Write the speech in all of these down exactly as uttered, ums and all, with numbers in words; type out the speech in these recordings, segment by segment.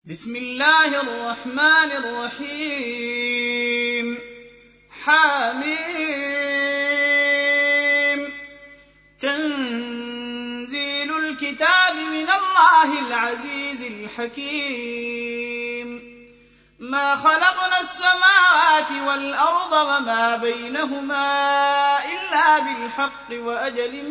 بسم الله الرحمن الرحيم. حاميم. تنزيل الكتاب من الله العزيز الحكيم. ما خلقنا السماوات والأرض وما بينهما إلا بالحق وأجل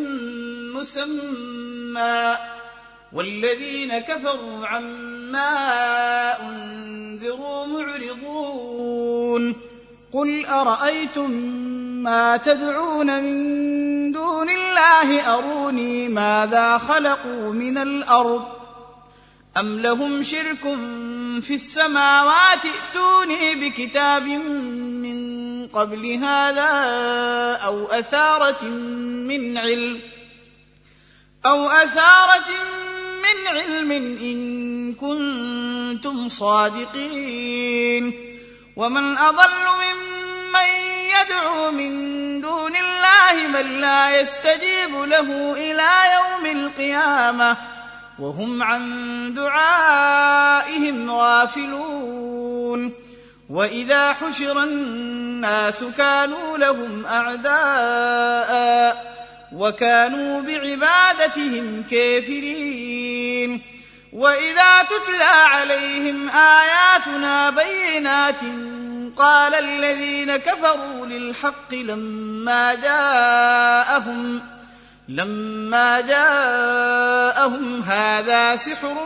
مسمى، والذين كفروا عما أنذروا معرضون. قل أرأيتم ما تدعون من دون الله أروني ماذا خلقوا من الأرض أم لهم شرك في السماوات ائتوني بكتاب من قبل هذا أو أثارة من علم أو أثارة من علم إن كنتم صادقين. ومن أضل ممن يدعو من دون الله من لا يستجيب له إلى يوم القيامة وهم عن دعائهم غافلون. وإذا حشر الناس كانوا لهم أعداء وكانوا بعبادتهم كافرين. وإذا تتلى عليهم آياتنا بينات قال الذين كفروا للحق لما جاءهم لما جاءهم هذا سحر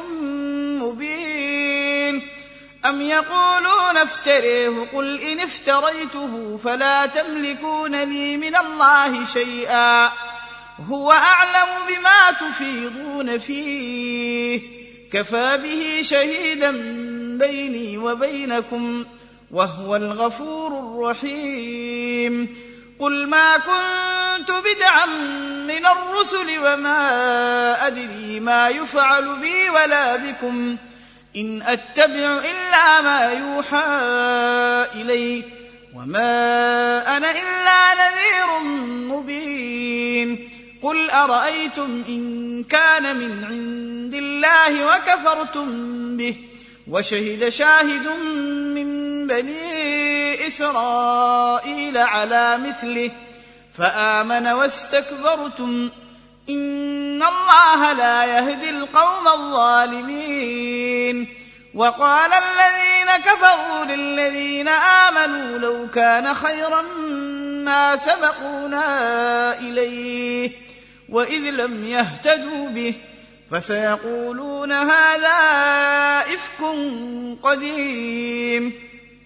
مبين. أم يقولون افتريه قل إن افتريته فلا تملكون لي من الله شيئا هو أعلم بما تفيضون فيه كفى به شهيدا بيني وبينكم وهو الغفور الرحيم. قل ما كنت بدعا من الرسل وما أدري ما يفعل بي ولا بكم إن أتبع إلا ما يوحى إلي وما أنا إلا نذير مبين. قل أرأيتم إن كان من عند الله وكفرتم به وشهد شاهد من بني إسرائيل على مثله فآمن واستكبرتم إن الله لا يهدي القوم الظالمين. وقال الذين كفروا للذين آمنوا لو كان خيرا ما سبقونا إليه وإذ لم يهتدوا به فسيقولون هذا إفك قديم.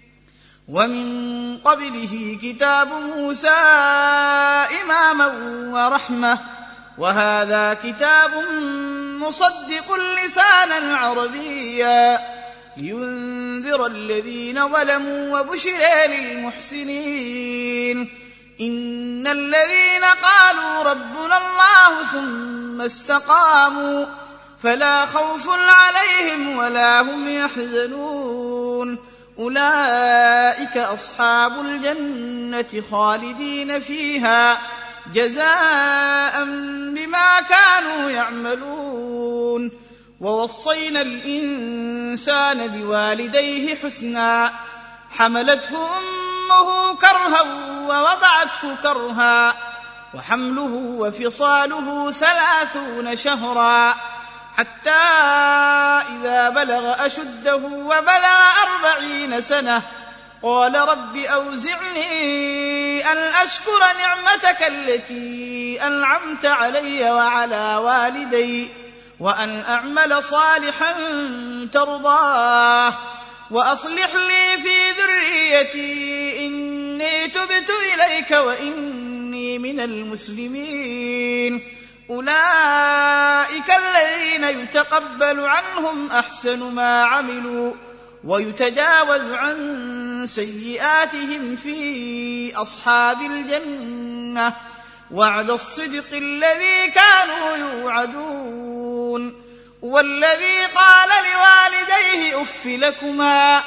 ومن قبله كتاب موسى إماما ورحمة وهذا كتاب مصدق لسانا عربيا لينذر الذين ظلموا وبشرى للمحسنين. إن الذين قالوا ربنا الله ثم استقاموا فلا خوف عليهم ولا هم يحزنون أولئك أصحاب الجنة خالدين فيها جزاء بما كانوا يعملون. ووصينا الإنسان بوالديه حسنا حملته أمه كرها ووضعته كرها وحمله وفصاله ثلاثون شهرا حتى إذا بلغ أشده وبلغ أربعين سنة قال رب أوزعني أن أشكر نعمتك التي أنعمت علي وعلى والدي وأن أعمل صالحا ترضاه وأصلح لي في ذريتي إني تبت إليك وإني من المسلمين. أولئك الذين يتقبل عنهم أحسن ما عملوا ويتجاوز عن سيئاتهم في أصحاب الجنة وعد الصدق الذي كانوا يوعدون. والذي قال لوالديه أف لكما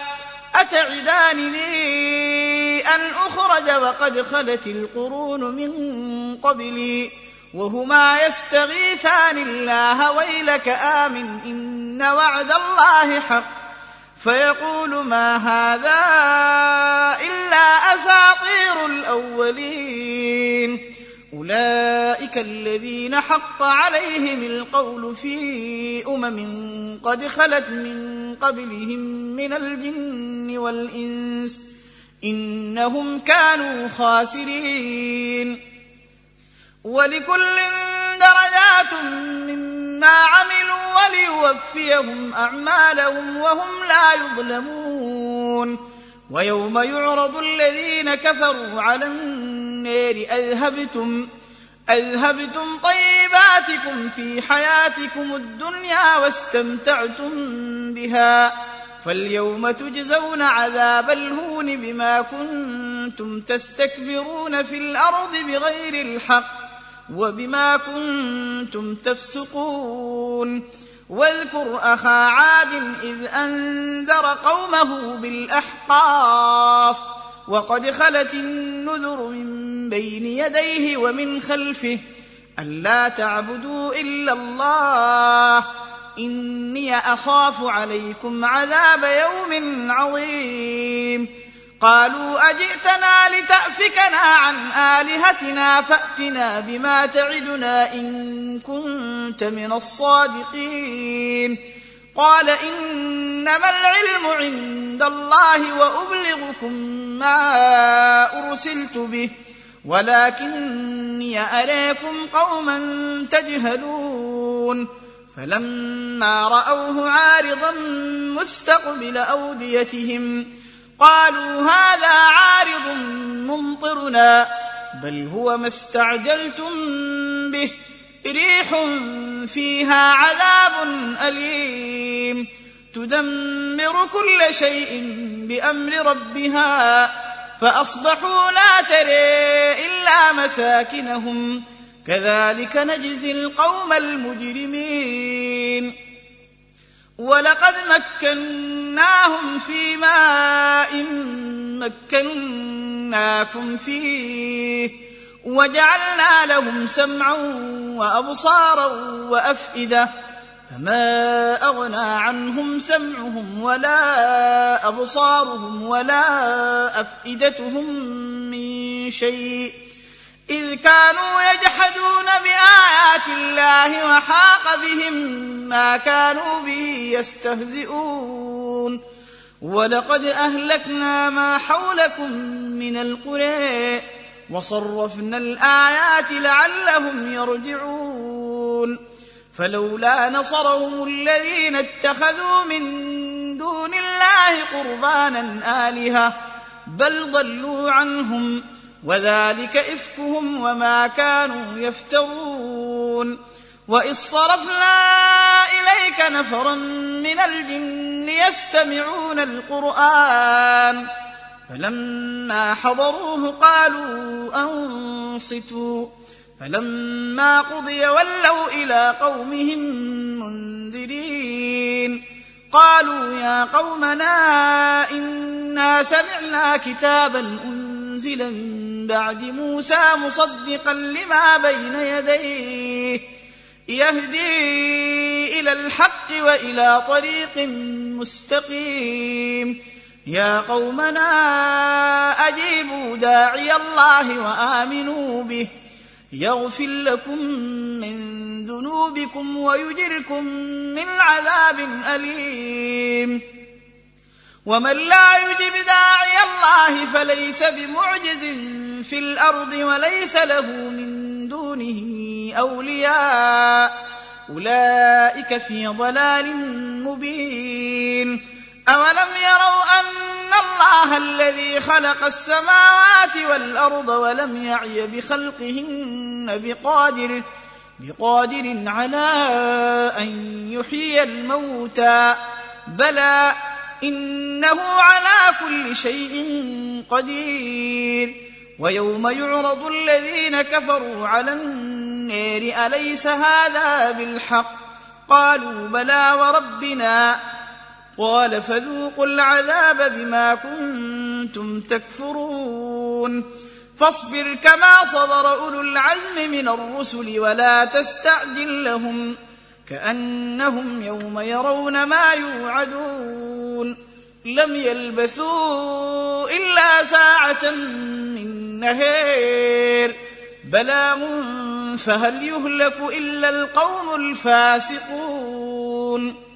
أتعدانني أن أخرج وقد خلت القرون من قبلي وهما يستغيثان الله ويلك آمن إن وعد الله حق فيقول ما هذا إلا أساطير الأولين. أولئك الذين حق عليهم القول في أمم قد خلت من قبلهم من الجن والإنس إنهم كانوا خاسرين. ولكل درجات مما عملوا وليوفيهم أعمالهم وهم لا يظلمون. ويوم يعرض الذين كفروا على النار أذهبتم أذهبتم طيباتكم في حياتكم الدنيا واستمتعتم بها فاليوم تجزون عذاب الهون بما كنتم تستكبرون في الأرض بغير الحق وبما كنتم تفسقون. واذكر أخا عاد إذ أنذر قومه بالأحقاف وقد خلت النذر من بين يديه ومن خلفه ألا تعبدوا إلا الله إني أخاف عليكم عذاب يوم عظيم. قالوا أجئتنا لتأفكنا عن آلهتنا فأتنا بما تعدنا إن كنت من الصادقين. قال إنما العلم عند الله وأبلغكم ما أرسلت به ولكني أراكم قوما تجهلون. فلما رأوه عارضا مستقبل أوديتهم قالوا هذا عارض ممطرنا بل هو ما استعجلتم به ريح فيها عذاب أليم تدمر كل شيء بأمر ربها فأصبحوا لا ترى إلا مساكنهم كذلك نجزي القوم المجرمين. ولقد مكناهم في ماء مكناكم فيه وجعلنا لهم سمعا وأبصارا وأفئدة فما أغنى عنهم سمعهم ولا أبصارهم ولا أفئدتهم من شيء إذ كانوا يجحدون بآيات الله وحاق بهم ما كانوا به يستهزئون. ولقد أهلكنا ما حولكم من القرى وصرفنا الآيات لعلهم يرجعون. فلولا نصرهم الذين اتخذوا من دون الله قربانا آلهة بل ضلوا عنهم وذلك إفكهم وما كانوا يفترون. وإذ صرفنا إليك نفرا من الجن يستمعون القرآن فلما حضروه قالوا أنصتوا فلما قضي ولوا إلى قومهم منذرين. قالوا يا قومنا إنا سمعنا كتابا أنزل من بعد موسى مصدقا لما بين يديه يهدي إلى الحق وإلى طريق مستقيم. يا قومنا أجيبوا داعي الله وآمنوا به يغفر لكم من ذنوبكم ويجركم من عذاب أليم. ومن لا يجب داعي الله فليس بمعجز في الأرض وليس له من دونه أولياء أولئك في ضلال مبين. أولم يروا أن الله الذي خلق السماوات والأرض ولم يعي بخلقهن بقادر, بقادر على أن يحيي الموتى بلى إنه على كل شيء قدير. ويوم يعرض الذين كفروا على النار أليس هذا بالحق قالوا بلى وربنا قال فذوقوا العذاب بما كنتم تكفرون. فاصبر كما صبر أولو العزم من الرسل ولا تستعجل لهم كأنهم يوم يرون ما يوعدون لم يلبثوا إلا ساعة من نهار بلاغ فهل يهلك إلا القوم الفاسقون